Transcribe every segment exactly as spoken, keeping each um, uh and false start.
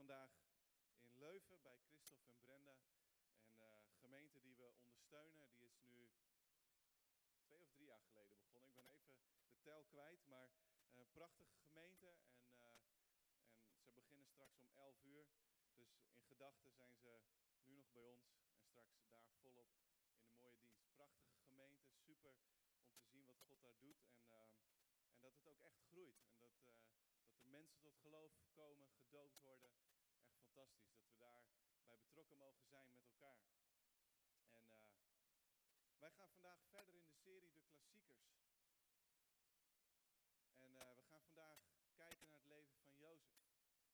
vandaag in Leuven bij Christophe en Brenda. En uh, gemeente die we ondersteunen, die is nu twee of drie jaar geleden begonnen. Ik ben even de tel kwijt, maar een uh, prachtige gemeente. En, uh, en ze beginnen straks om elf uur. Dus in gedachten zijn ze nu nog bij ons en straks daar volop in de mooie dienst. Prachtige gemeente, super om te zien wat God daar doet. En, uh, en dat het ook echt groeit. En dat, uh, dat er mensen tot geloof komen, gedoopt worden. Echt fantastisch dat we daarbij betrokken mogen zijn met elkaar. En uh, wij gaan vandaag verder in de serie De Klassiekers. En uh, we gaan vandaag kijken naar het leven van Jozef.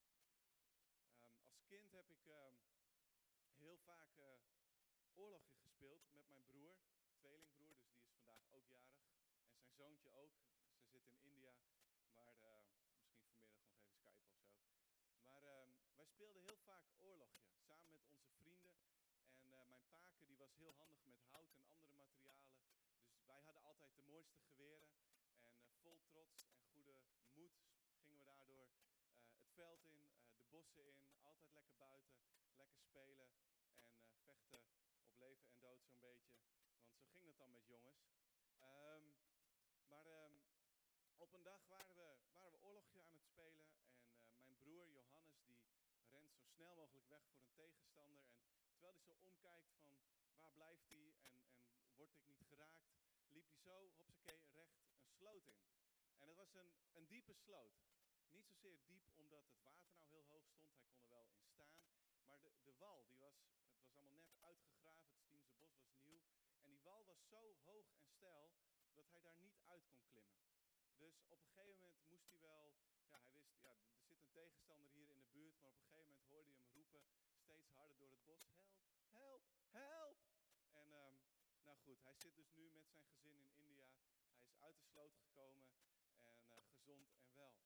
Um, als kind heb ik um, heel vaak uh, oorlogje gespeeld met mijn broer, tweelingbroer, dus die is vandaag ook jarig. En zijn zoontje ook, ze zit in India, maar uh, misschien vanmiddag nog even Skype of zo. Maar uh, wij speelden heel vaak oorlogje, samen met onze vrienden. En uh, mijn paken die was heel handig met hout en andere materialen. Dus wij hadden altijd de mooiste geweren. En uh, vol trots en goede moed gingen we daardoor uh, het veld in, uh, de bossen in. Altijd lekker buiten, lekker spelen en uh, vechten op leven en dood zo'n beetje. Want zo ging het dan met jongens. Um, maar um, op een dag waren we, waren we oorlogje aan het spelen. En uh, mijn broer Johannes die rent zo snel mogelijk weg voor een tegenstander. En terwijl hij zo omkijkt van waar blijft hij en, en word ik niet geraakt, liep hij zo, hopsakee, recht een sloot in. En het was een, een diepe sloot. Niet zozeer diep omdat het water nou heel hoog stond, hij kon er wel in staan. Maar de, de wal, die was, het was allemaal net uitgegraven, het Stiense bos was nieuw. En die wal was zo hoog en steil dat hij daar niet uit kon klimmen. Dus op een gegeven moment moest hij wel, ja hij wist, ja er zit een tegenstander hier in de buurt. Maar op een gegeven moment hoorde hij hem roepen, steeds harder door het bos, help, help, help. En um, nou goed, hij zit dus nu met zijn gezin in India. Hij is uit de sloot gekomen en uh, gezond en wel.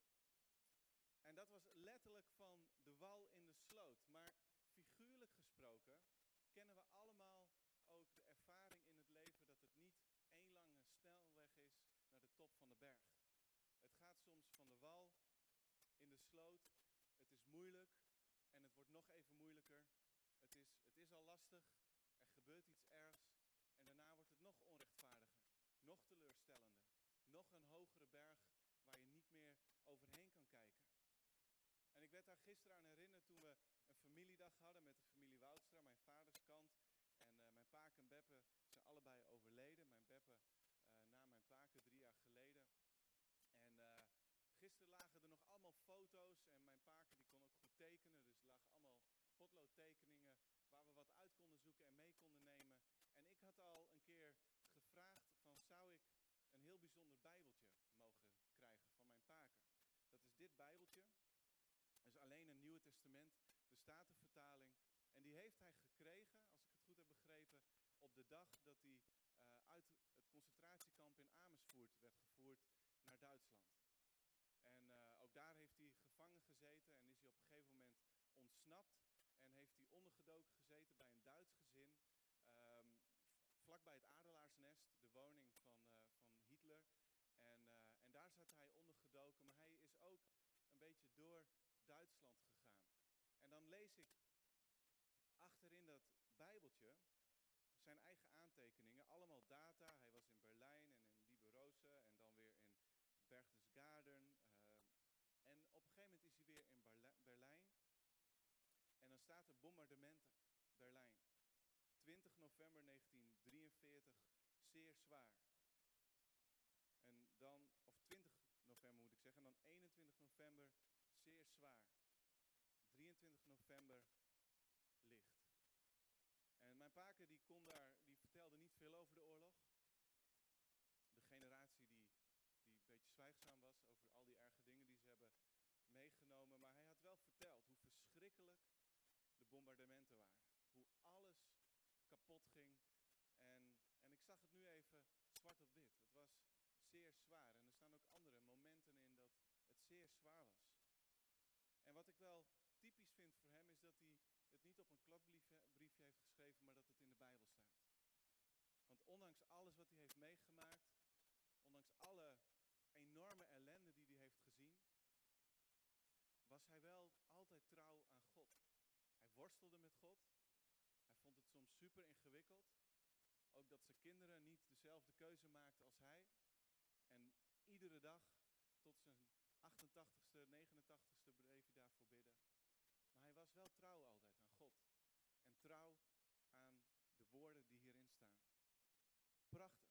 En dat was letterlijk van de wal in de sloot. Maar figuurlijk gesproken kennen we allemaal ook de ervaring in het leven dat het niet één lange snelweg is naar de top van de berg. Het gaat soms van de wal in de sloot. Het is moeilijk en het wordt nog even moeilijker. Het is, het is al lastig, er gebeurt iets ergs en daarna wordt het nog onrechtvaardiger. Nog teleurstellender. Nog een hogere berg waar je niet meer overheen kan kijken. En ik werd daar gisteren aan herinnerd toen we een familiedag hadden met de familie Woudstra, mijn vaders kant. En uh, mijn paak en Beppe zijn allebei overleden. Mijn Beppe uh, na mijn paken drie jaar geleden. En uh, gisteren lagen er nog allemaal foto's en mijn paken die kon ook goed tekenen. Dus er lagen allemaal potloodtekeningen waar we wat uit konden zoeken en mee konden nemen. En ik had al een keer gevraagd van zou ik een heel bijzonder bijbeltje mogen krijgen van mijn paken. Dat is dit bijbeltje. Dat is alleen een Nieuwe Testament, de Statenvertaling. En die heeft hij gekregen, als ik het goed heb begrepen, op de dag dat hij uh, uit het concentratiekamp in Amersfoort werd gevoerd naar Duitsland. En uh, ook daar heeft hij gevangen gezeten en is hij op een gegeven moment ontsnapt. En heeft hij ondergedoken gezeten bij een Duits gezin, um, vlakbij het Adelaarsnest, de woning van, uh, van Hitler. En, uh, en daar zat hij ondergedoken, maar hij is ook een beetje door Duitsland gegaan. En dan lees ik achterin dat bijbeltje zijn eigen aantekeningen, allemaal data. Hij was in Berlijn en in Liberose en dan weer in Berchtesgaden. Uh, en op een gegeven moment is hij weer in Berlijn, Berlijn. En dan staat er bombardementen, Berlijn. twintig november negentien drieënveertig, zeer zwaar. En dan, of twintig november moet ik zeggen, en dan eenentwintig november, zeer zwaar. drieëntwintig november, licht. En mijn paken die kon daar, die vertelde niet veel over de oorlog. De generatie die, die een beetje zwijgzaam was over al die erge dingen die ze hebben meegenomen. Maar hij had wel verteld hoe verschrikkelijk de bombardementen waren. Hoe alles kapot ging. En, en ik zag het nu even zwart op wit. Het was zeer zwaar. En er staan ook andere momenten in dat het zeer zwaar was. En wat ik wel typisch vind voor hem is dat hij het niet op een kladbriefje heeft geschreven, maar dat het in de Bijbel staat. Want ondanks alles wat hij heeft meegemaakt, ondanks alle enorme ellende die hij heeft gezien, was hij wel altijd altijd trouw aan God. Hij worstelde met God. Hij vond het soms super ingewikkeld. Ook dat zijn kinderen niet dezelfde keuze maakten als hij. En iedere dag tot zijn achtentachtigste, negenentachtigste bleef hij daarvoor bidden. Maar hij was wel trouw altijd aan God. En trouw aan de woorden die hierin staan. Prachtig.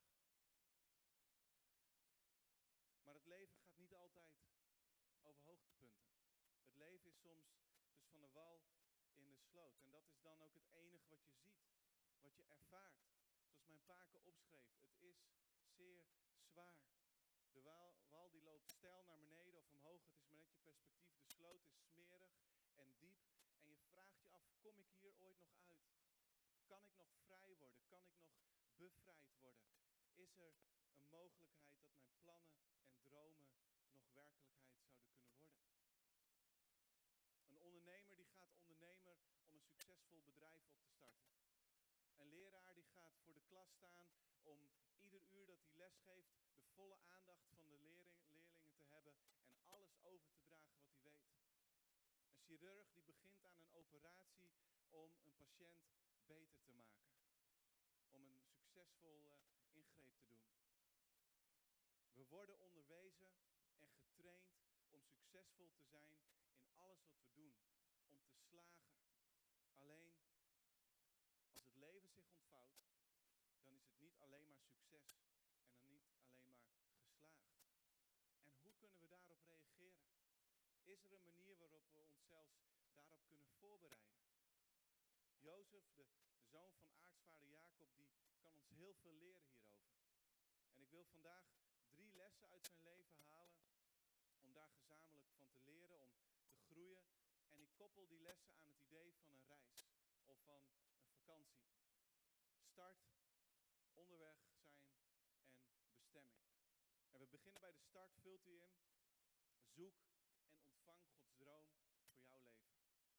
Maar het leven gaat niet altijd over hoogtepunten. Het leven is soms dus van de wal in de sloot. En dat is dan ook het enige wat je ziet. Wat je ervaart. Zoals mijn paken opschreef. Het is zeer zwaar. De wal, wal die loopt steil naar beneden of omhoog. Het is maar net je perspectief. De sloot is smerig en diep. En je vraagt je af, kom ik hier ooit nog uit? Kan ik nog vrij worden? Kan ik nog bevrijd worden? Is er een mogelijkheid dat mijn plannen en dromen nog werkelijkheid zouden kunnen worden? Een ondernemer die gaat ondernemer om een succesvol bedrijf op te starten. Een leraar die gaat voor de klas staan om ieder uur dat hij les geeft de volle aandacht van de leerling, leerlingen te hebben en alles over te dragen wat hij weet. Een chirurg die begint aan een operatie om een patiënt beter te maken. Om een succesvol uh, ingreep te doen. We worden onderwezen en getraind om succesvol te zijn in alles wat we doen. Om te slagen. Alleen, als het leven zich ontvouwt, dan is het niet alleen maar succes. En dan niet alleen maar geslaagd. En hoe kunnen we daarop reageren? Is er een manier waarop we ons zelfs daarop kunnen voorbereiden? Jozef, de zoon van aartsvader Jacob, die kan ons heel veel leren hierover. En ik wil vandaag drie lessen uit zijn leven halen om daar gezamenlijk van te leren, om te groeien. En ik koppel die lessen aan het idee van een reis of van een vakantie. Start, onderweg zijn en bestemming. En we beginnen bij de start, vult u in. Zoek en ontvang Gods droom voor jouw leven.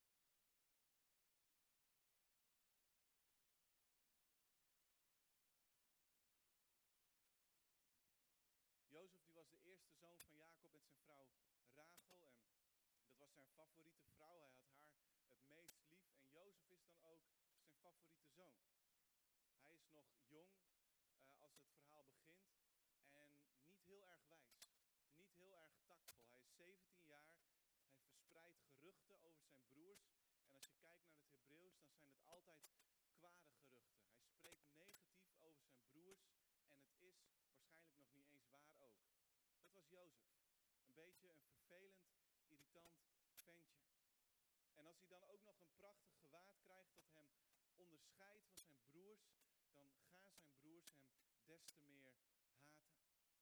Jozef die was de eerste zoon van Jacob met zijn vrouw Rachel. En dat was zijn favoriete vrouw. Hij had haar het meest lief. En Jozef is dan ook zijn favoriete zoon. Hij is nog jong uh, als het verhaal begint. En niet heel erg wijs. Niet heel erg tactvol. Hij is zeventien jaar. Hij verspreidt geruchten over zijn broers. En als je kijkt naar het Hebreeuws, dan zijn het altijd kwade geruchten. Hij spreekt negatief over zijn broers. En het is waarschijnlijk nog niet eens waar ook. Dat was Jozef. Een beetje een vervelend, irritant ventje. En als hij dan ook nog een prachtig gewaad krijgt dat hem onderscheidt van zijn broers, dan gaan zijn broers hem des te meer haten.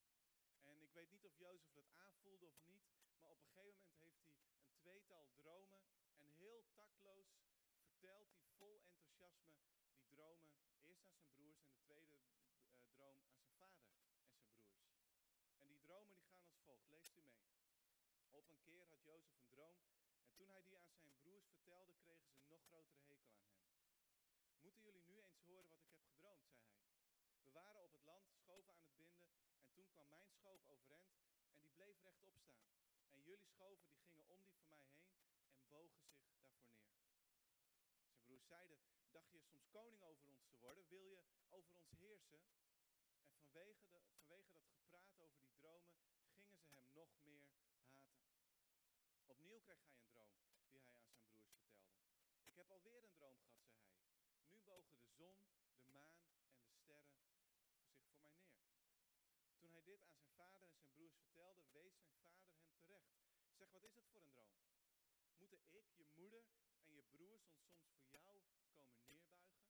En ik weet niet of Jozef dat aanvoelde of niet, maar op een gegeven moment heeft hij een tweetal dromen en heel tactloos vertelt hij vol enthousiasme die dromen eerst aan zijn broers en de tweede uh, droom aan zijn vader en zijn broers. En die dromen die gaan als volgt, leest u mee. Op een keer had Jozef een droom en toen hij die aan zijn broers vertelde, kregen ze een nog grotere hekel aan hem. Moeten jullie nu eens horen wat ik heb gedroomd, zei hij. We waren op het land, schoven aan het binden en toen kwam mijn schoof overeind en die bleef rechtop staan. En jullie schoven die gingen om die van mij heen en bogen zich daarvoor neer. Zijn broers zeiden, dacht je soms koning over ons te worden? Wil je over ons heersen? En vanwege, de, vanwege dat gepraat over die dromen gingen ze hem nog meer haten. Opnieuw kreeg hij een droom die hij aan zijn broers vertelde. Ik heb alweer een droom gehad, zei hij. Nu bogen de zon, de maan en de sterren zich voor mij neer. Toen hij dit aan zijn vader en zijn broers vertelde, wees zijn vader hem terecht. Zeg, wat is het voor een droom? Moeten ik, je moeder en je broers ons soms voor jou komen neerbuigen?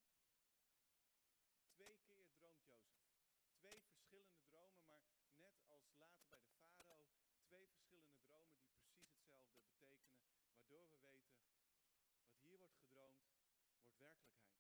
Twee keer droomt Jozef. Twee verschillende dromen, maar net als later bij de farao, twee verschillende dromen die precies hetzelfde betekenen, waardoor we weten, wat hier wordt gedroomd, wordt werkelijkheid.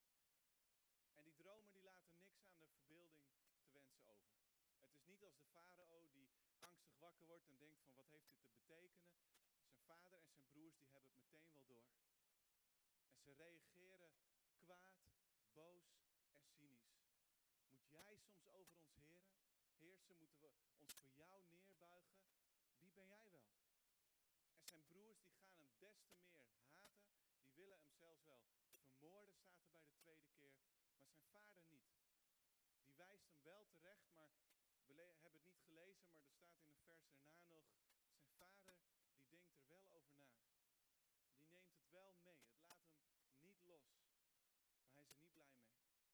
En die dromen die laten niks aan de verbeelding te wensen over. Het is niet als de farao die angstig wakker wordt en denkt van wat heeft dit te betekenen. Zijn vader en zijn broers die hebben het meteen wel door. En ze reageren kwaad, boos en cynisch. Moet jij soms over ons heren, heersen? Moeten we ons voor jou neerbuigen? Wie ben jij wel? En zijn broers die gaan hem des te meer le- hebben het niet gelezen, maar er staat in een vers daarna nog, zijn vader die denkt er wel over na. Die neemt het wel mee. Het laat hem niet los. Maar hij is er niet blij mee.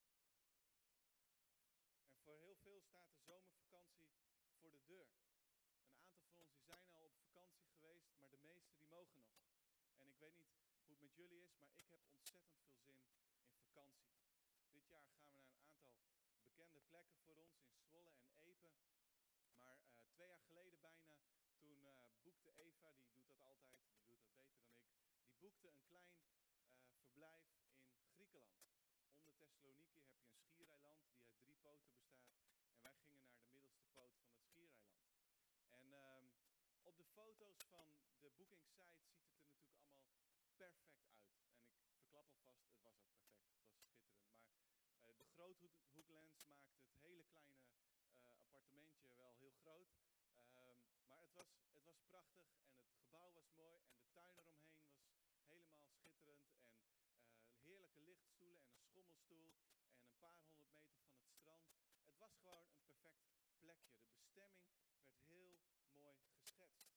En voor heel veel staat de zomervakantie voor de deur. Een aantal van ons die zijn al op vakantie geweest, maar de meesten die mogen nog. En ik weet niet hoe het met jullie is, maar ik heb ontzettend veel zin in vakantie. Dit jaar gaan we naar een aantal bekende plekken voor ons in Zwolle en Epe. Maar uh, twee jaar geleden bijna, toen uh, boekte Eva, die doet dat altijd, die doet dat beter dan ik. Die boekte een klein uh, verblijf in Griekenland. Onder Thessaloniki heb je een schiereiland die uit drie poten bestaat. En wij gingen naar de middelste poot van dat schiereiland. En um, op de foto's van de boekingssite ziet het er natuurlijk allemaal perfect uit. En ik verklap alvast, het was ook perfect. Het was schitterend. Maar uh, de groothoeklens maakt het hele kleine uh, appartementje wel heel groot. Um, maar het was, het was prachtig en het gebouw was mooi en de tuin eromheen was helemaal schitterend. En uh, heerlijke lichtstoelen en een schommelstoel en een paar honderd meter van het strand. Het was gewoon een perfect plekje. De bestemming werd heel mooi geschetst.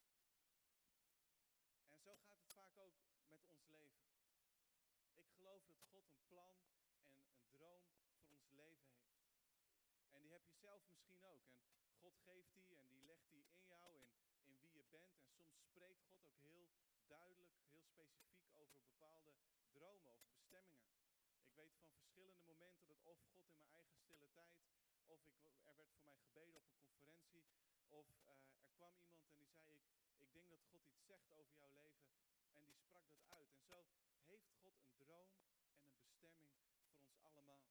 En zo gaat het vaak ook met ons leven. Ik geloof dat God een plan en een droom voor ons leven heeft. En die heb je zelf misschien ook. En God geeft die en die legt die in jou, in, in wie je bent. En soms spreekt God ook heel duidelijk, heel specifiek over bepaalde dromen of bestemmingen. Ik weet van verschillende momenten dat of God in mijn eigen stille tijd, of ik, er werd voor mij gebeden op een conferentie, of uh, er kwam iemand en die zei, ik, ik denk dat God iets zegt over jouw leven. En die sprak dat uit. En zo heeft God een droom en een bestemming voor ons allemaal.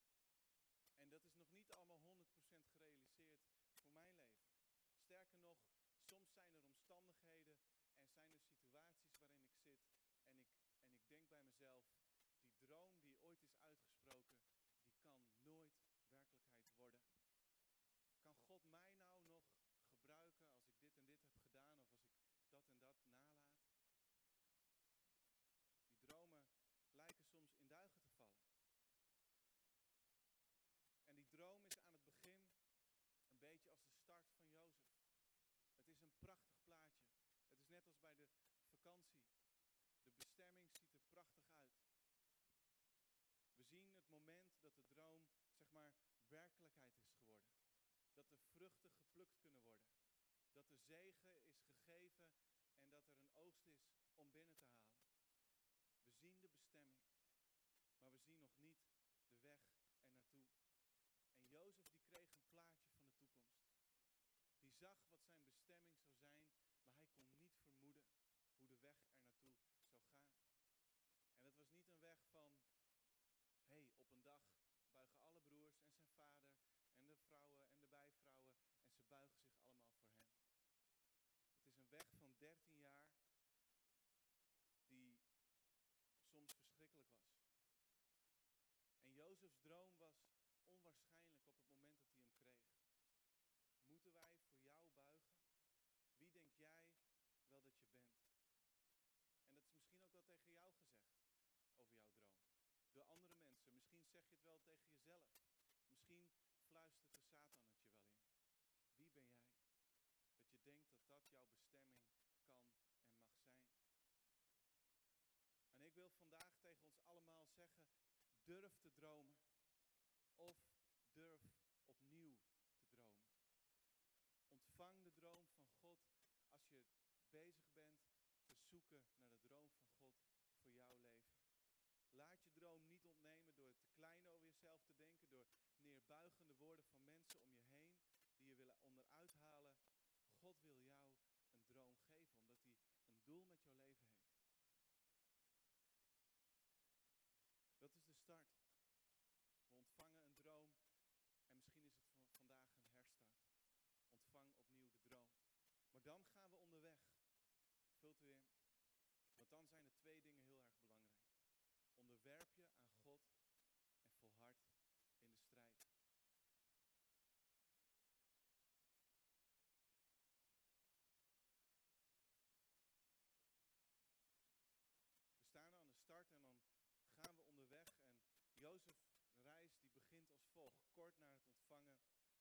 En dat is nog niet allemaal honderd procent gerealiseerd voor mijn leven. Sterker nog, soms zijn er omstandigheden en zijn er situaties waarin ik zit. En ik, en ik denk bij mezelf, die droom die ooit is uitgesproken, die kan nooit werkelijkheid worden. Kan God mij nou nog gebruiken als ik dit en dit heb gedaan of als ik dat en dat nalaat? Die dromen lijken soms in duigen te vallen. En die droom is aan het begin een beetje als de start van Jozef. Het is een prachtig plaatje. Het is net als bij de vakantie. De bestemming ziet er prachtig uit. We zien het moment dat de droom, zeg maar, werkelijkheid is geworden. Dat er vruchten geplukt kunnen worden. Dat er zegen is gegeven en dat er een oogst is om binnen te halen. We zien de bestemming, maar we zien nog niet de weg er naartoe. En Jozef die kreeg een plaatje van de toekomst. Die zag wat zijn bestemming zou zijn, maar hij kon niet vermoeden hoe de weg er naartoe zou gaan. En het was niet een weg van, hé, hey, op een dag buigen alle broers en zijn vader en de vrouwen en de bijvrouwen en ze buigen zich allemaal voor hem. Het is een weg van dertien jaar die soms verschrikkelijk was. En Jozefs droom was onwaarschijnlijk op het moment dat hij hem kreeg. Moeten wij voor jou buigen? Wie denk jij wel dat je bent? En dat is misschien ook wel tegen jou gezegd, over jouw droom. Door andere mensen. Misschien zeg je het wel tegen jezelf. Misschien fluistert de Satan het je wel in. Wie ben jij? Dat je denkt dat dat jouw bestemming kan en mag zijn. En ik wil vandaag tegen ons allemaal zeggen, durf te dromen. Of durf opnieuw te dromen. Ontvang de droom van God als je bezig bent te zoeken naar de droom van God voor jouw leven. Laat je droom niet ontnemen door te klein over jezelf te denken, door neerbuigende woorden van mensen om je heen die je willen onderuit halen. God wil jou een droom geven, omdat hij een doel met jouw leven heeft. Dat is de start. We ontvangen een droom en misschien is het vandaag een herstart. Ontvang opnieuw de droom. Maar dan gaan we onderweg. Vult u in. Want dan zijn er twee dingen heel erg belangrijk. Onderwerp je aan God en volhard in de strijd. We staan aan de start en dan gaan we onderweg. En Jozef's reis die begint als volgt. Kort na het ontvangen van de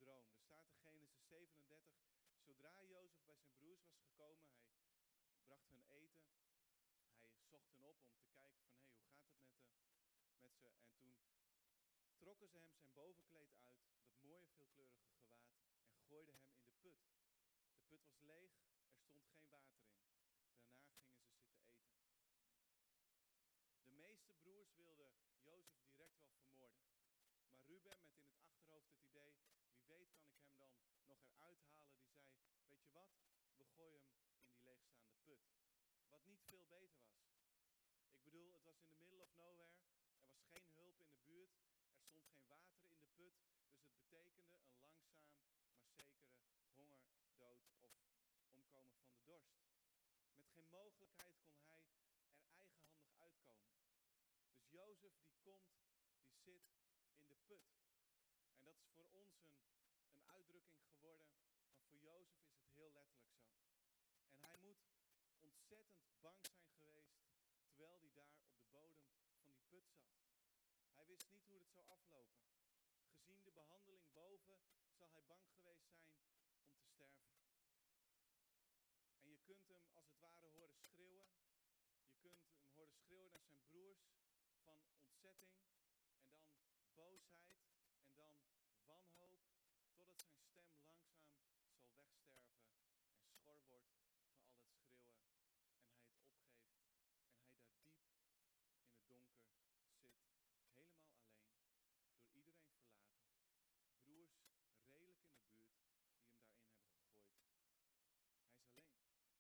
droom. Er staat in Genesis zevenendertig, zodra Jozef bij zijn broers was gekomen, hij bracht hun eten, hij zocht hen op om te kijken van, hé, hey, hoe gaat het met, de, met ze? En toen trokken ze hem zijn bovenkleed uit, dat mooie veelkleurige gewaad, en gooiden hem in de put. De put was leeg, er stond geen water in. Daarna gingen ze zitten eten. De meeste broers wilden Jozef direct wel vermoorden. Maar Ruben, met in het achterhoofd het idee, wie weet kan ik hem dan nog eruit halen, die zei, weet je wat, we gooien hem in die leegstaande put. Wat niet veel beter was. Ik bedoel, het was in the middle of nowhere, er was geen hulp in de buurt, er stond geen water in de put, dus het betekende een langzaam, maar zekere hongerdood of omkomen van de dorst. Met geen mogelijkheid kon hij er eigenhandig uitkomen. Dus Jozef die komt, die zit in de put. En dat is voor ons een, een uitdrukking geworden, maar voor Jozef is het heel letterlijk zo. En hij moet ontzettend bang zijn geweest, terwijl hij daar op de bodem van die put zat. Hij wist niet hoe het zou aflopen. Gezien de behandeling boven zal hij bang geweest zijn om te sterven. En je kunt hem als het ware horen schreeuwen. Je kunt hem horen schreeuwen naar zijn broers van ontzetting en dan boosheid en dan wanhoop, totdat zijn stem langzaam zal wegsterven en schor wordt van al het schreeuwen en hij het opgeeft en hij daar diep in het donker zit, helemaal alleen, door iedereen verlaten. Broers redelijk in de buurt die hem daarin hebben gegooid. Hij is alleen.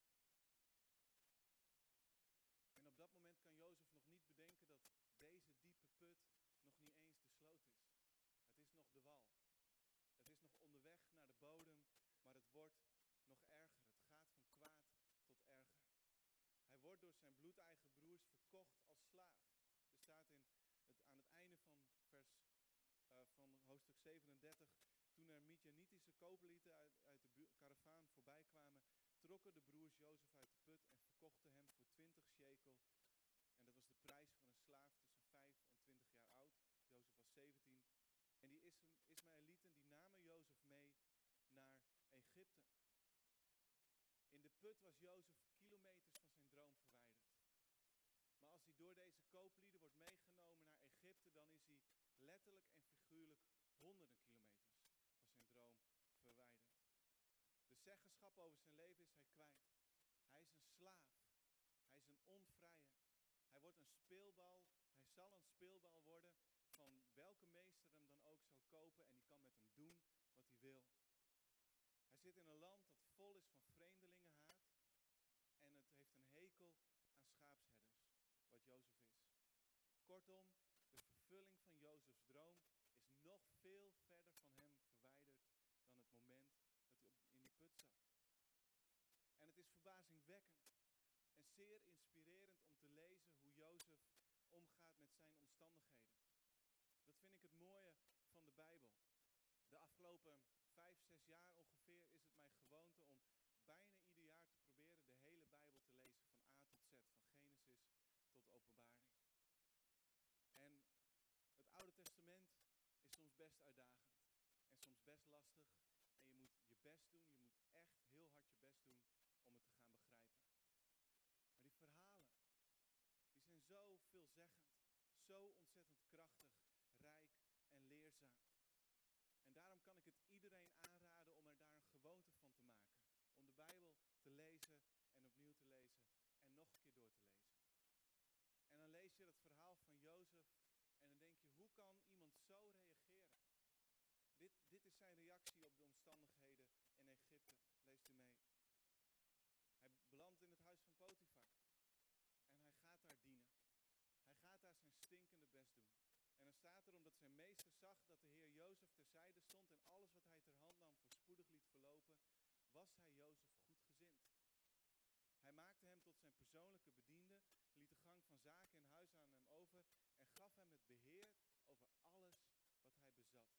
En op dat moment kan Jozef nog niet bedenken dat deze diepe put nog niet eens de sloot is. Het is nog de wal. Het is nog onderweg naar de bodem, maar het wordt nog erger. Het gaat van kwaad tot erger. Hij wordt door zijn bloedeigen broers verkocht als slaaf. Er staat in het, aan het einde van, vers, uh, van hoofdstuk zevenendertig... Toen er Midjanitische kooplieden uit, uit de bu- karavaan voorbij kwamen, trokken de broers Jozef uit de put en verkochten hem voor twintig shekel. En dat was de prijs voor een slaaf tussen vijf en twintig jaar oud. Jozef was zeventien. En die Ismaëlieten die namen Jozef mee naar Egypte. In de put was Jozef kilometers van zijn droom verwijderd. Maar als hij door deze kooplieden wordt meegenomen naar Egypte, dan is hij letterlijk en figuurlijk honderden kilometers van zijn droom verwijderd. De zeggenschap over zijn leven is hij kwijt. Hij is een slaaf. Hij is een onvrije. Hij wordt een speelbal. Hij zal een speelbal worden van welke meester hem dan ook zal kopen en die kan met hem doen wat hij wil. Hij zit in een land dat vol is van vreemdelingenhaat en het heeft een hekel aan schaapsherders, wat Jozef is. Kortom, de vervulling van Jozefs droom is nog veel verder van hem verwijderd dan het moment dat hij op, in die put zat. En het is verbazingwekkend en zeer inspirerend om te lezen hoe Jozef omgaat met zijn omstandigheden. Dat vind ik het mooie van de Bijbel. De afgelopen vijf, zes jaar ongeveer is het mijn gewoonte om bijna ieder jaar te proberen de hele Bijbel te lezen van A tot Z, van Genesis tot Openbaring. En het Oude Testament is soms best uitdagend en soms best lastig. En je moet je best doen, je moet echt heel hard je best doen om het te gaan begrijpen. Maar die verhalen, die zijn zo veelzeggend, zo ontzettend krachtig, rijk en leerzaam. En daarom kan ik het iedereen aanraden om er daar een gewoonte van te maken. Om de Bijbel te lezen en opnieuw te lezen en nog een keer door te lezen. En dan lees je het verhaal van Jozef en dan denk je, hoe kan iemand zo reageren? Dit, dit is zijn reactie op de omstandigheden in Egypte. Leest u mee. Hij belandt in het huis van Potifar. En hij gaat daar dienen. Hij gaat daar zijn stinkende best doen. En dan staat er, omdat zijn meester zag dat de Heer Jozef terzijde stond en alles wat hij ter hand nam voorspoedig liet verlopen, was hij Jozef goedgezind. Hij maakte hem tot zijn persoonlijke bediende, liet de gang van zaken in huis aan hem over en gaf hem het beheer over alles wat hij bezat.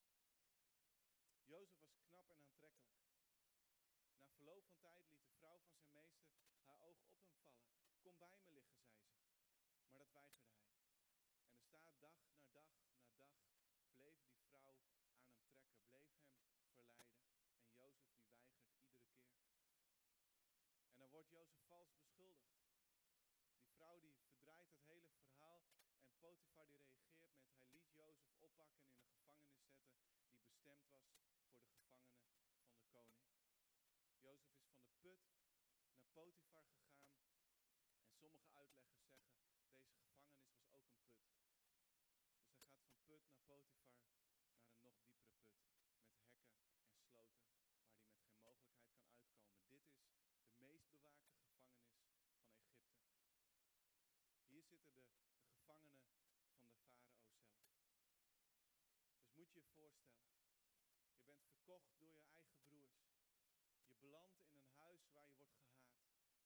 Jozef was knap en aantrekkelijk. Na verloop van tijd liet de vrouw van zijn meester haar oog op hem vallen. Kom bij me liggen, zei ze. Maar dat weigerde hij. En er staat dag na dag na dag bleef die vrouw aan hem trekken, bleef hem wordt Jozef vals beschuldigd. Die vrouw die verdraait het hele verhaal en Potifar die reageert met hij liet Jozef oppakken en in een gevangenis zetten die bestemd was voor de gevangenen van de koning. Jozef is van de put naar Potifar gegaan en sommige uitleggers zeggen deze gevangenis was ook een put. Dus hij gaat van put naar Potifar naar een nog diepere put met hekken en sloten waar hij met geen mogelijkheid kan uitkomen. Dit is de meest bewaakte gevangenis van Egypte. Hier zitten de, de gevangenen van de farao zelf. Dus moet je je voorstellen, je bent verkocht door je eigen broers. Je belandt in een huis waar je wordt gehaat.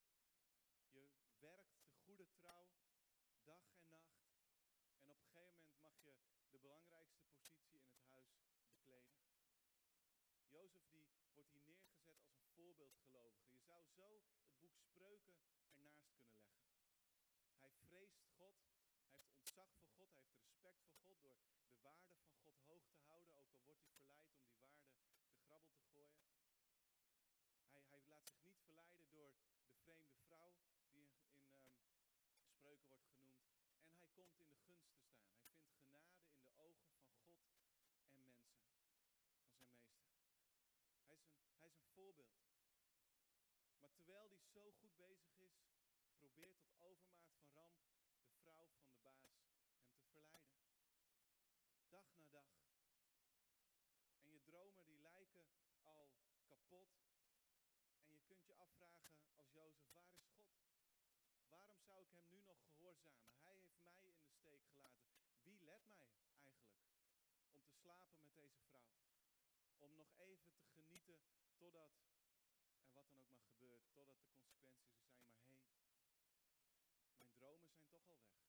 Je werkt de goede trouw, dag en nacht. En op een gegeven moment mag je de belangrijkste positie in het huis bekleden. Jozef die wordt hier neergezet als een voorbeeldgelovige. Je zou zo het boek Spreuken ernaast kunnen leggen. Hij vreest God, hij heeft ontzag voor God, hij heeft respect voor God door de waarde van God hoog te houden. Ook al wordt hij verleid om die waarde te grabbel te gooien. Hij, hij laat zich niet verleiden door de vreemde vrouw die in, in um, Spreuken wordt genoemd. En hij komt in de gunst te staan. Hij vindt genade in de ogen van God en mensen, van zijn meester. Hij is een, hij is een voorbeeld. Maar terwijl hij zo goed bezig is, probeert tot overmaat van ramp de vrouw van de baas hem te verleiden. Dag na dag. En je dromen die lijken al kapot. En je kunt je afvragen als Jozef, waar is God? Waarom zou ik hem nu nog gehoorzamen? Hij heeft mij in de steek gelaten. Wie let mij eigenlijk om te slapen met deze vrouw? Om nog even te genieten totdat er wat dan ook maar gebeurt. Totdat de consequenties er zijn. Maar hé, hey, mijn dromen zijn toch al weg.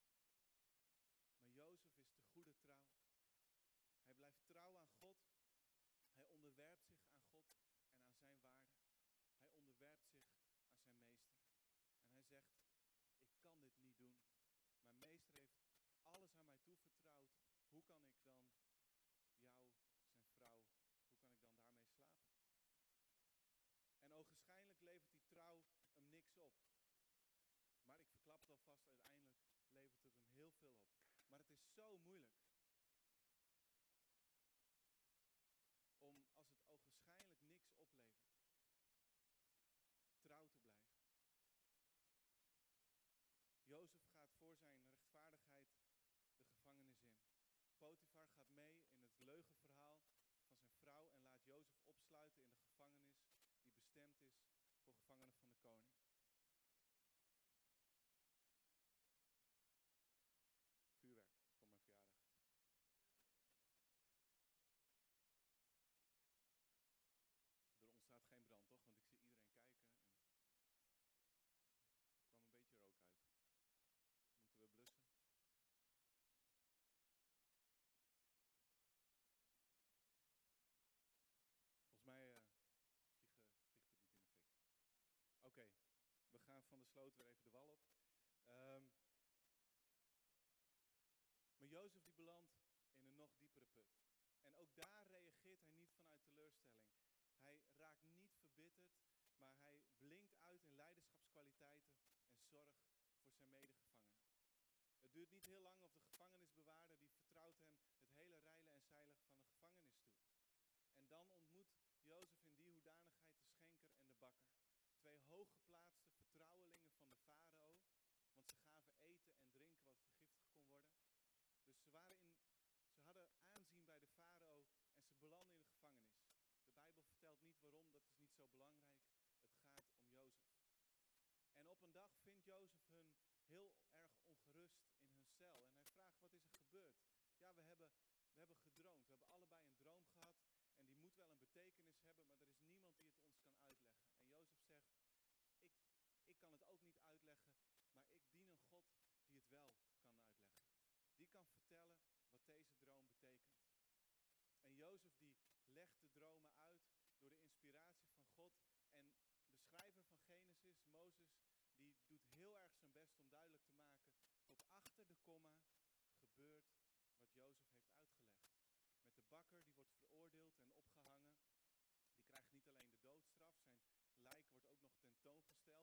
Maar Jozef is de goede trouw. Hij blijft trouw aan God. Hij onderwerpt zich aan God en aan zijn waarde. Hij onderwerpt zich aan zijn meester. En hij zegt, ik kan dit niet doen. Mijn meester heeft alles aan mij toevertrouwd. Hoe kan ik dan jou, zijn vrouw, hoe kan ik dan daarmee slapen? En ogenschijnlijk levert die trouw hem niks op. Maar ik verklap het alvast, uiteindelijk levert het hem heel veel op. Maar het is zo moeilijk om, als het ogenschijnlijk niks oplevert, trouw te blijven. Jozef gaat voor zijn rechtvaardigheid de gevangenis in. Potifar gaat mee in het leugenverhaal van zijn vrouw en laat Jozef opsluiten in de gevangenis die bestemd is voor gevangenen van de koning. Vuurwerk voor mijn verjaardag. Er ontstaat geen brand, toch? Want ik zie iedereen kijken en er kwam een beetje rook uit. Moeten we blussen? Volgens mij uh, vliegen, vliegt het niet in de fik. Oké, okay, we gaan van de sloot weer even de wal op. Um, maar Jozef die belandt in een nog diepere put. En ook daar reageert hij niet vanuit teleurstelling. Hij raakt niet verbitterd, maar hij blinkt uit in leiderschapskwaliteiten en zorg voor zijn medegevangenen. Het duurt niet heel lang of de gevangenisbewaarder die vertrouwt hem het hele reilen en zeilen van de gevangenis toe. En dan ontmoet Jozef in die hoedanigheid de schenker en de bakker. Twee hooggeplaatste vertrouwelingen van de farao, want ze gaven eten en drinken wat vergiftigd kon worden. Dus ze, waren in, ze hadden aanzien bij de farao en ze belanden in de gevangenis. De Bijbel vertelt niet waarom, dat is niet zo belangrijk. Het gaat om Jozef. En op een dag vindt Jozef hun heel erg ongerust in hun cel. En hij vraagt, wat is er gebeurd? Ja, we hebben, we hebben gedroomd. We hebben allebei een droom gehad. En die moet wel een betekenis hebben, maar er is niemand die het ons kan uitleggen. En Jozef zegt, ik, ik kan het ook niet uitleggen, maar ik dien een God die het wel kan uitleggen. Die kan vertellen wat deze droom betekent. En Jozef die legt de dromen uit door de inspiratie van God. En de schrijver van Genesis, Mozes, die doet heel erg zijn best om duidelijk te maken, tot achter de komma gebeurt wat Jozef heeft uitgelegd. Met de bakker, die wordt veroordeeld en opgehangen. Die krijgt niet alleen de doodstraf, zijn lijk wordt ook nog tentoongesteld.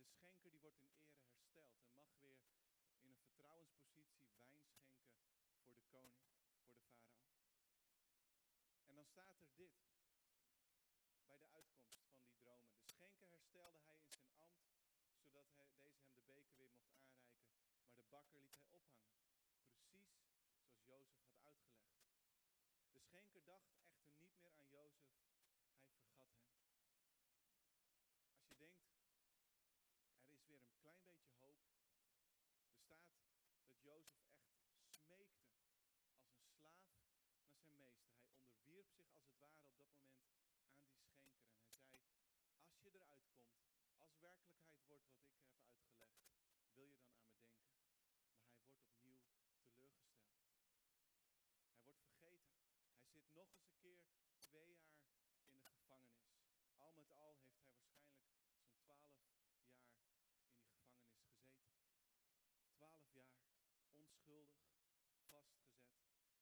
de schenker die wordt in ere hersteld en mag weer in een vertrouwenspositie wijn schenken voor de koning, voor de farao. En dan staat er dit, bij de uitkomst van die dromen. De schenker herstelde hij in zijn ambt, zodat hij, deze hem de beker weer mocht aanreiken. Maar de bakker liet hij ophangen, precies zoals Jozef had uitgelegd. De schenker dacht echter niet meer aan Jozef, hij vergat hem. Als je denkt, er is weer een klein beetje hoop. Er staat dat Jozef echt smeekte als een slaaf naar zijn meester. Hij onderwierp zich als het ware op dat moment aan die schenker. En hij zei, als je eruit komt, als werkelijkheid wordt wat ik heb uitgelegd, wil je dan aan me denken? Maar hij wordt opnieuw teleurgesteld. Hij wordt vergeten. Hij zit nog eens een keer twee jaar in de gevangenis. Al met al heeft hij waarschijnlijk zo'n twaalf jaar in die gevangenis gezeten. Twaalf jaar, onschuldig, vastgezet.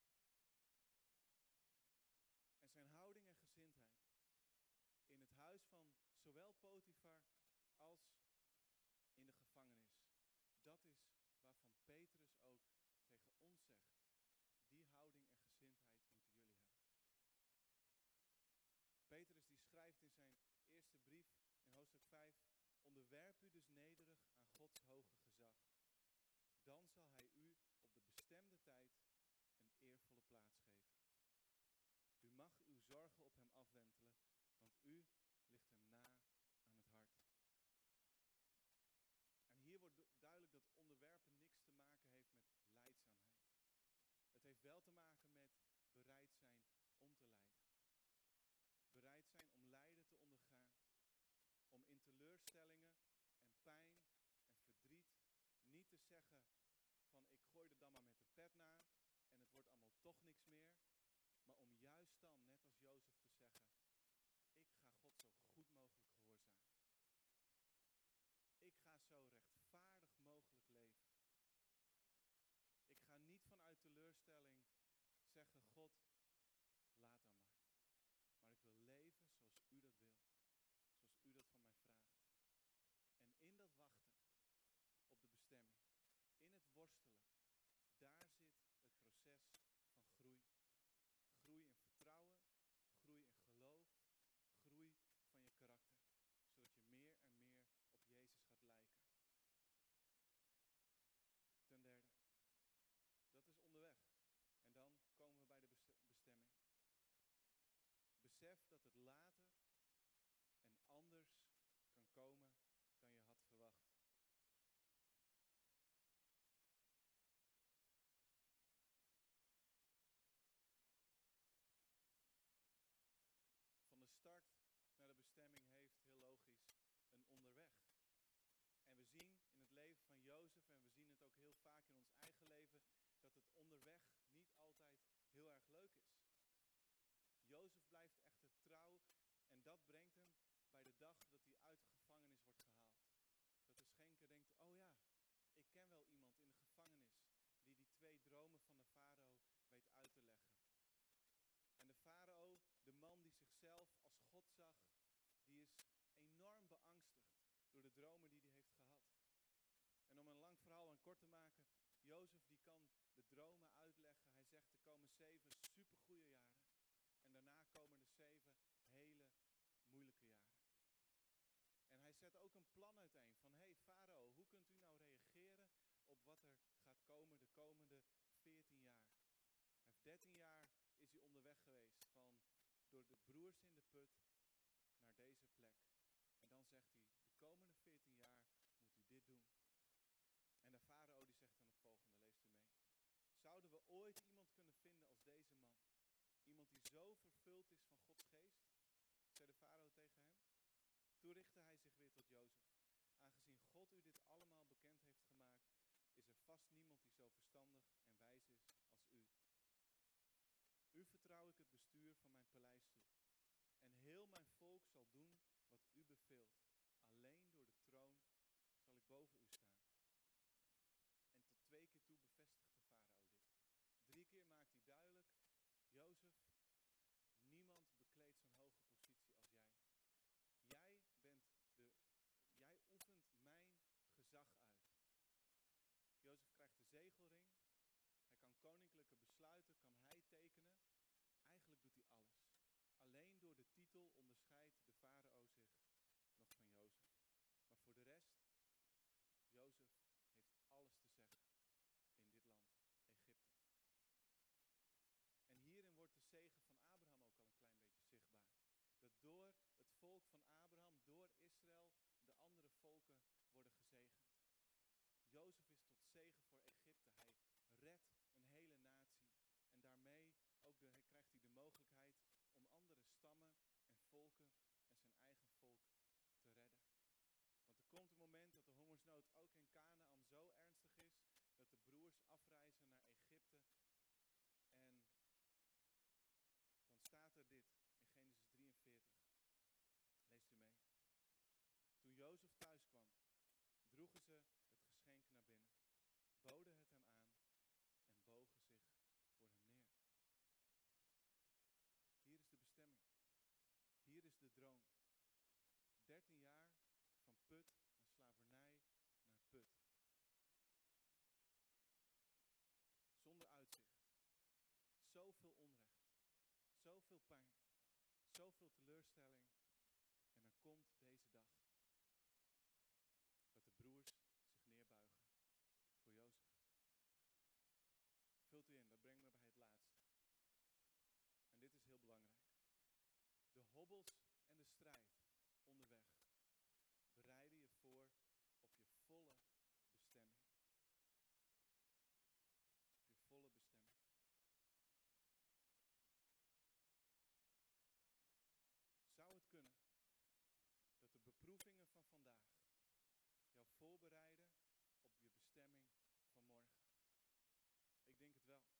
En zijn houding en gezindheid in het huis van zowel Potifar als in de gevangenis. Dat is waarvan Petrus ook tegen ons zegt. Die houding en gezindheid moeten jullie hebben. Petrus die schrijft in zijn eerste brief in hoofdstuk vijf. Onderwerp u dus nederig aan Gods hoge gezag. Dan zal hij u op de bestemde tijd een eervolle plaats geven. U mag uw zorgen op hem afwentelen, want u ligt hem na aan het hart. En hier wordt duidelijk dat onderwerpen niks te maken heeft met lijdzaamheid. Het heeft wel te maken met bereid zijn om te lijden. Bereid zijn om lijden te ondergaan. Om in teleurstellingen en pijn en verdriet niet te zeggen van ik gooi er dan maar met de pet na en het wordt allemaal toch niks meer. Maar om juist dan, net als Jozef, te zeggen, ik ga God zo goed mogelijk gehoorzamen. Ik ga zo rechtvaardig mogelijk leven. Ik ga niet vanuit teleurstelling zeggen, God, laat dan maar. Maar ik wil leven zoals u dat wil. Zoals u dat van mij vraagt. En in dat wachten op de bestemming, in het worstelen, daar zit het proces van groei. Groei in vertrouwen, groei in geloof, groei van je karakter. Zodat je meer en meer op Jezus gaat lijken. Ten derde, dat is onderweg. En dan komen we bij de bestemming. Besef dat het later en anders kan komen dan je had verwacht. Van de start naar de bestemming heeft, heel logisch, een onderweg. En we zien in het leven van Jozef, en we zien het ook heel vaak in ons eigen leven, dat het onderweg niet altijd heel erg leuk is. Jozef blijft echter trouw en dat brengt hem bij de dag dat hij uit de gevangenis wordt gehaald. Dat de schenker denkt, oh ja, ik ken wel iemand in de gevangenis die die twee dromen van de farao weet uit te leggen. En de farao, de man die zichzelf als God zag, die is enorm beangstigd door de dromen die hij heeft gehad. En om een lang verhaal aan kort te maken, Jozef die kan de dromen uitleggen. Hij zegt er komen zeven supergoeie jaren. En daarna komen er zeven hele moeilijke jaren. En hij zet ook een plan uiteen van, hé hey, farao, hoe kunt u nou reageren op wat er gaat komen de komende veertien jaar? Hij heeft dertien jaar is hij onderweg geweest van door de broers in de put naar deze plek. En dan zegt hij, de komende veertien jaar moet u dit doen. En de farao die zegt dan het volgende, leest u mee. Zouden we ooit iemand kunnen vinden als deze man? Iemand die zo vervuld is van Gods geest? Zei de farao tegen hem. Toen richtte hij zich weer tot Jozef. Aangezien God u dit allemaal bekend heeft gemaakt, is er vast niemand die zo verstandig en wijs is als u. U vertrouw ik het bestuur van mijn paleis toe. En heel mijn volk zal doen wat u beveelt. Alleen door de troon zal ik boven u staan. En tot twee keer toe bevestigt de farao dit. Drie keer maakt hij duidelijk, Jozef, niemand bekleedt zo'n hoge positie als jij. Jij bent de, jij oefent mijn titel onderscheidt de farao zich nog van Jozef. Maar voor de rest, Jozef heeft alles te zeggen in dit land, Egypte. En hierin wordt de zegen van Abraham ook al een klein beetje zichtbaar. Dat door het volk van Abraham, door Israël, de andere volken worden gezegend. Jozef is tot zegen voor Egypte. Hij redt een hele natie. En daarmee ook de, krijgt hij de mogelijkheid om andere stammen en volken en zijn eigen volk te redden. Want er komt een moment dat de hongersnood ook in Kanaan zo ernstig is, dat de broers afreizen naar Egypte. En dan staat er dit in Genesis drieënveertig. Leest u mee. Toen Jozef thuis kwam, droegen ze het geschenk naar binnen, boden het hem aan en bogen zich voor hem neer. Hier is de bestemming. Hier is de droom. Dertien jaar van put en slavernij naar put. Zonder uitzicht. Zoveel onrecht. Zoveel pijn. Zoveel teleurstelling. En dan komt deze dag. Dat de broers zich neerbuigen voor Jozef. Vult u in, dat brengt me bij het laatste. En dit is heel belangrijk. De hobbels en de strijd onderweg bereiden je voor op je volle bestemming. Op je volle bestemming. Zou het kunnen dat de beproevingen van vandaag jou voorbereiden op je bestemming van morgen? Ik denk het wel.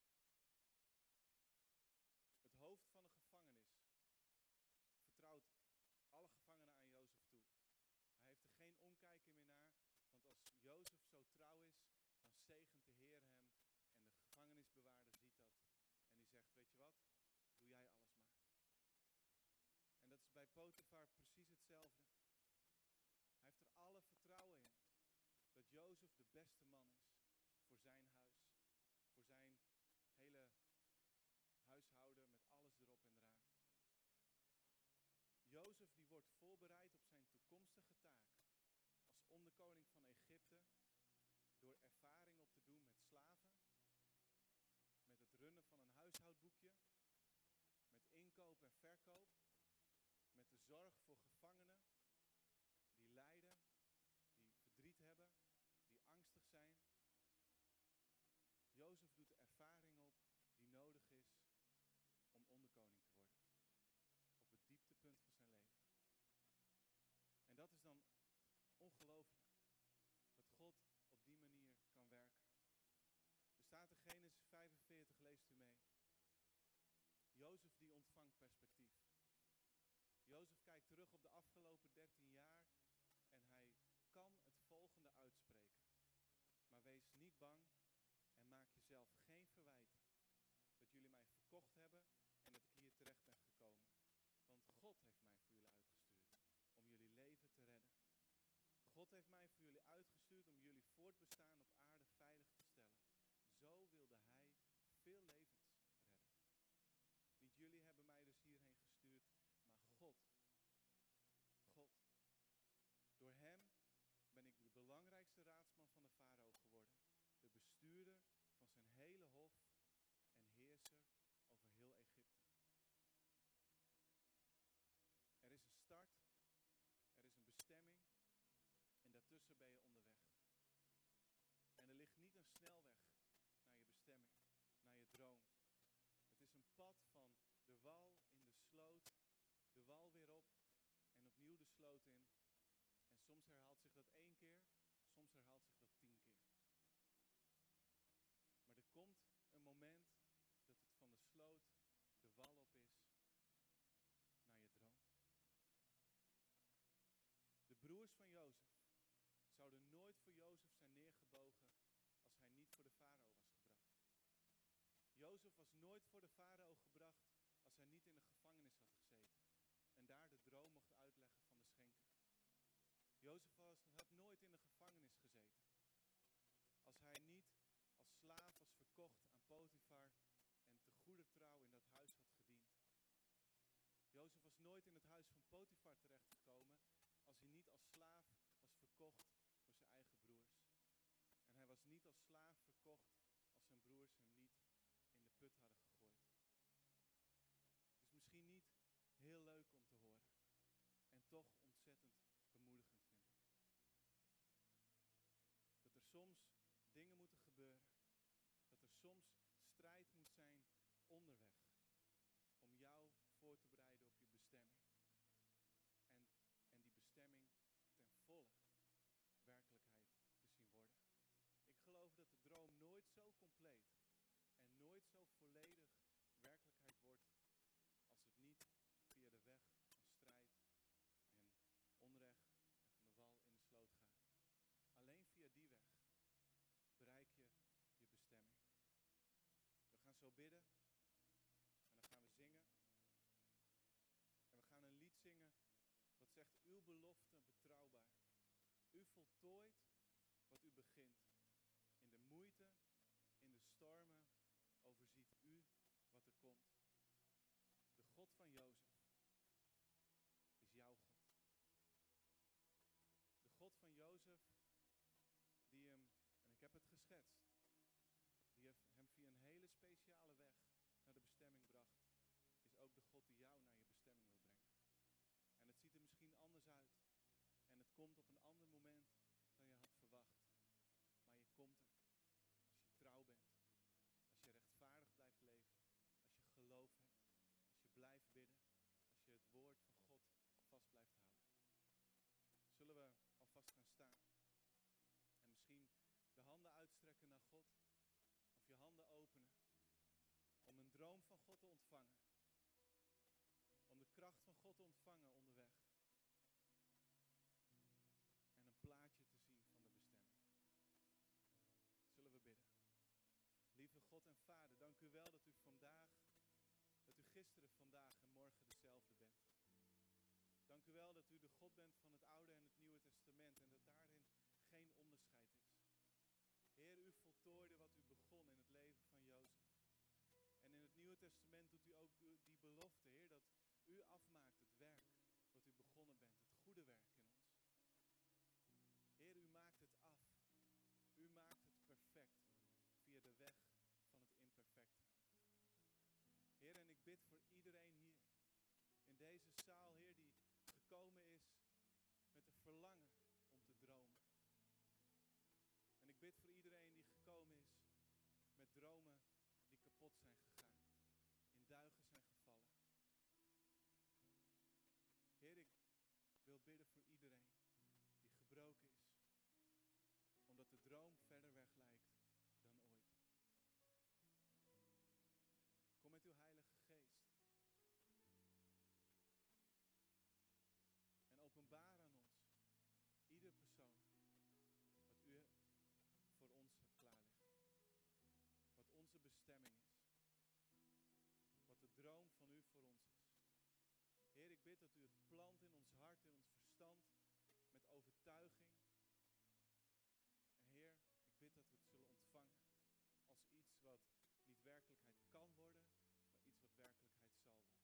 Het hoofd van de gevangenis vertrouwt alle gevangenen aan Jozef toe. Hij heeft er geen omkijken meer naar, want als Jozef zo trouw is, dan zegent de Heer hem en de gevangenisbewaarder ziet dat. En die zegt, weet je wat, doe jij alles maar. En dat is bij Potifar precies hetzelfde. Hij heeft er alle vertrouwen in dat Jozef de beste man is voor zijn huis, voor zijn hele huishouden met alles erop en eraan. Jozef die wordt voorbereid op zijn toekomstige taak als onderkoning van Egypte door ervaring op te doen met slaven, met het runnen van een huishoudboekje, met inkoop en verkoop, met de zorg voor gevangenen die lijden, die verdriet hebben, die angstig zijn. Jozef doet de ervaring op die nodig is om onderkoning te worden. Op het dieptepunt van zijn leven. En dat is dan ongelooflijk. Dat God op die manier kan werken. Er staat in Genesis vijfenveertig, leest u mee. Jozef die ontvangt perspectief. Jozef kijkt terug op de afgelopen dertien jaar en hij kan het volgende uitspreken. Maar wees niet bang en maak jezelf geen verwijten dat jullie mij verkocht hebben en dat ik hier terecht ben gekomen. Want God heeft mij voor jullie uitgestuurd om jullie leven te redden. God heeft mij voor jullie uitgestuurd om jullie voortbestaan op aarde veilig te stellen. Zo wilde hij veel levens redden. Niet jullie hebben mij dus hierheen gestuurd, maar God. God. Door hem ben ik de belangrijkste raadsman van de farao geworden. De bestuurder van zijn hele hof en heerser over heel Egypte. Er is een start, er is een bestemming en daartussen ben je onderweg. En er ligt niet een snelweg naar je bestemming, naar je droom. Het is een pad van de wal in de sloot, de wal weer op en opnieuw de sloot in. En soms herhaalt zich dat één keer, soms herhaalt zich dat tien keer. Maar er komt een moment dat het van de sloot de wal op is naar je droom. De broers van Jozef zouden nooit voor Jozef zijn neergebogen als hij niet voor de farao was gebracht. Jozef was nooit voor de farao gebracht als hij niet in de gevangenis had gezeten en daar de droom mocht uitleggen van de schenken. Jozef was, had nooit in de gevangenis gezeten als hij niet als slaaf was verkocht aan Potifar en te goeder trouw in dat huis had gediend. Jozef was nooit in het huis van Potifar terechtgekomen als hij niet als slaaf was verkocht door zijn eigen broers. En hij was niet als slaaf verkocht als zijn broers hem niet in de put hadden gegooid. Het is misschien niet heel leuk om te horen. En toch ontzettend bemoedigend, vind ik. Dat er soms dingen moeten gebeuren. Dat er soms strijd moet zijn onderweg. Om jou voor te bereiden op je bestemming. En, en die bestemming ten volle werkelijkheid te zien worden. Ik geloof dat de droom nooit zo compleet en nooit zo volledig werkelijkheid wordt als het niet via de weg van strijd en onrecht en van de wal in de sloot gaat. Alleen via die weg bereik je je bestemming. We gaan zo bidden en dan gaan we zingen. En we gaan een lied zingen wat zegt: uw belofte betrouwbaar. U voltooit wat u begint. In de moeite, in de stormen overziet u wat er komt. De God van Jozef is jouw God. De God van Jozef die hem, en ik heb het geschetst, die hem via een hele speciale weg naar de bestemming bracht, is ook de God die jou naar je bestemming wil brengen. En het ziet er misschien anders uit. En het komt op een ander moment dan je had verwacht. Maar je komt er. Als je trouw bent. Als je rechtvaardig blijft leven. Als je geloof hebt. Als je blijft bidden. Als je het woord van God vast blijft houden. Zullen we alvast gaan staan. En misschien de handen uitstrekken naar God. Of je handen openen. Om een droom van God te ontvangen. Om de kracht van God te ontvangen onderweg. En een plaatje te zien van de bestemming. Zullen we bidden. Lieve God en Vader, dank u wel dat u vandaag, dat u gisteren, vandaag en morgen dezelfde bent. Dank u wel dat u de God bent van het Oude en het Nieuwe Testament en dat daarin geen onderscheid is. Heer, u voltooide wat u begon in het leven van Jozef. En in het Nieuwe Testament doet u ook die belofte, Heer, dat u afmaakt het werk wat u begonnen bent, het goede werk in ons. Heer, u maakt het af. U maakt het perfect via de weg van het imperfecte. Heer, en ik bid voor iedereen hier in deze zaal, Heer, die gekomen is met een verlangen om te dromen. En ik bid voor iedereen die gekomen is met dromen die kapot zijn gegaan, in duigen zijn gevallen. Heer, ik wil bidden voor iedereen die gebroken is, omdat de droom verder weg lijkt dan ooit. Kom met uw Heilige Geest. En openbaar aan ons, ieder persoon, wat u voor ons hebt klaarliggen. Wat onze bestemming is. Wat de droom van u voor ons is. Heer, ik bid dat u het plant in ons hart, in ons verstand, met overtuiging. En Heer, ik bid dat we het zullen ontvangen als iets wat niet werkelijkheid kan worden, maar iets wat werkelijkheid zal worden.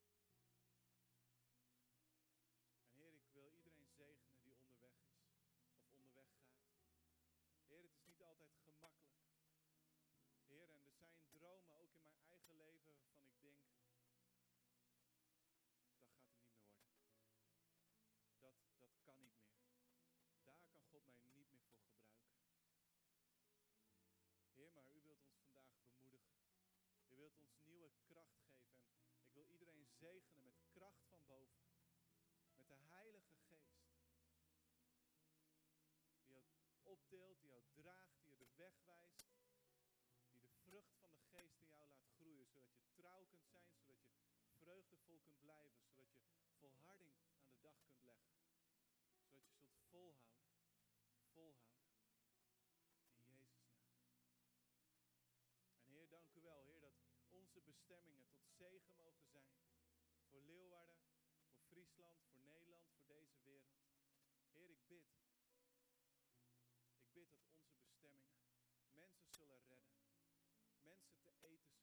En Heer, ik wil iedereen zegenen die onderweg is of onderweg gaat. Heer, het is niet altijd gemakkelijk. Heer, en er zijn dromen ook in mijn eigen leven waarvan ik denk, dat gaat het niet meer worden. Dat, dat kan niet meer. Daar kan God mij niet meer voor gebruiken. Heer, maar u wilt ons vandaag bemoedigen. U wilt ons nieuwe kracht geven. En ik wil iedereen zegenen met kracht van boven. Met de Heilige Geest. Die jou optilt, die jou draagt, die je de weg wijst. Die de vrucht van de Geest in jou laat groeien. Zodat je trouw kunt zijn, zodat je vreugdevol kunt blijven. Zodat je volharding aan de dag kunt leggen. Zodat je zult volhouden. Volhouden. In Jezus' naam. En Heer, dank u wel, Heer, dat onze bestemmingen tot zegen mogen zijn. Voor Leeuwarden, voor Friesland, voor Nederland, voor deze wereld. Heer, ik bid. Ik bid dat onze bestemmingen mensen zullen redden. Mensen te eten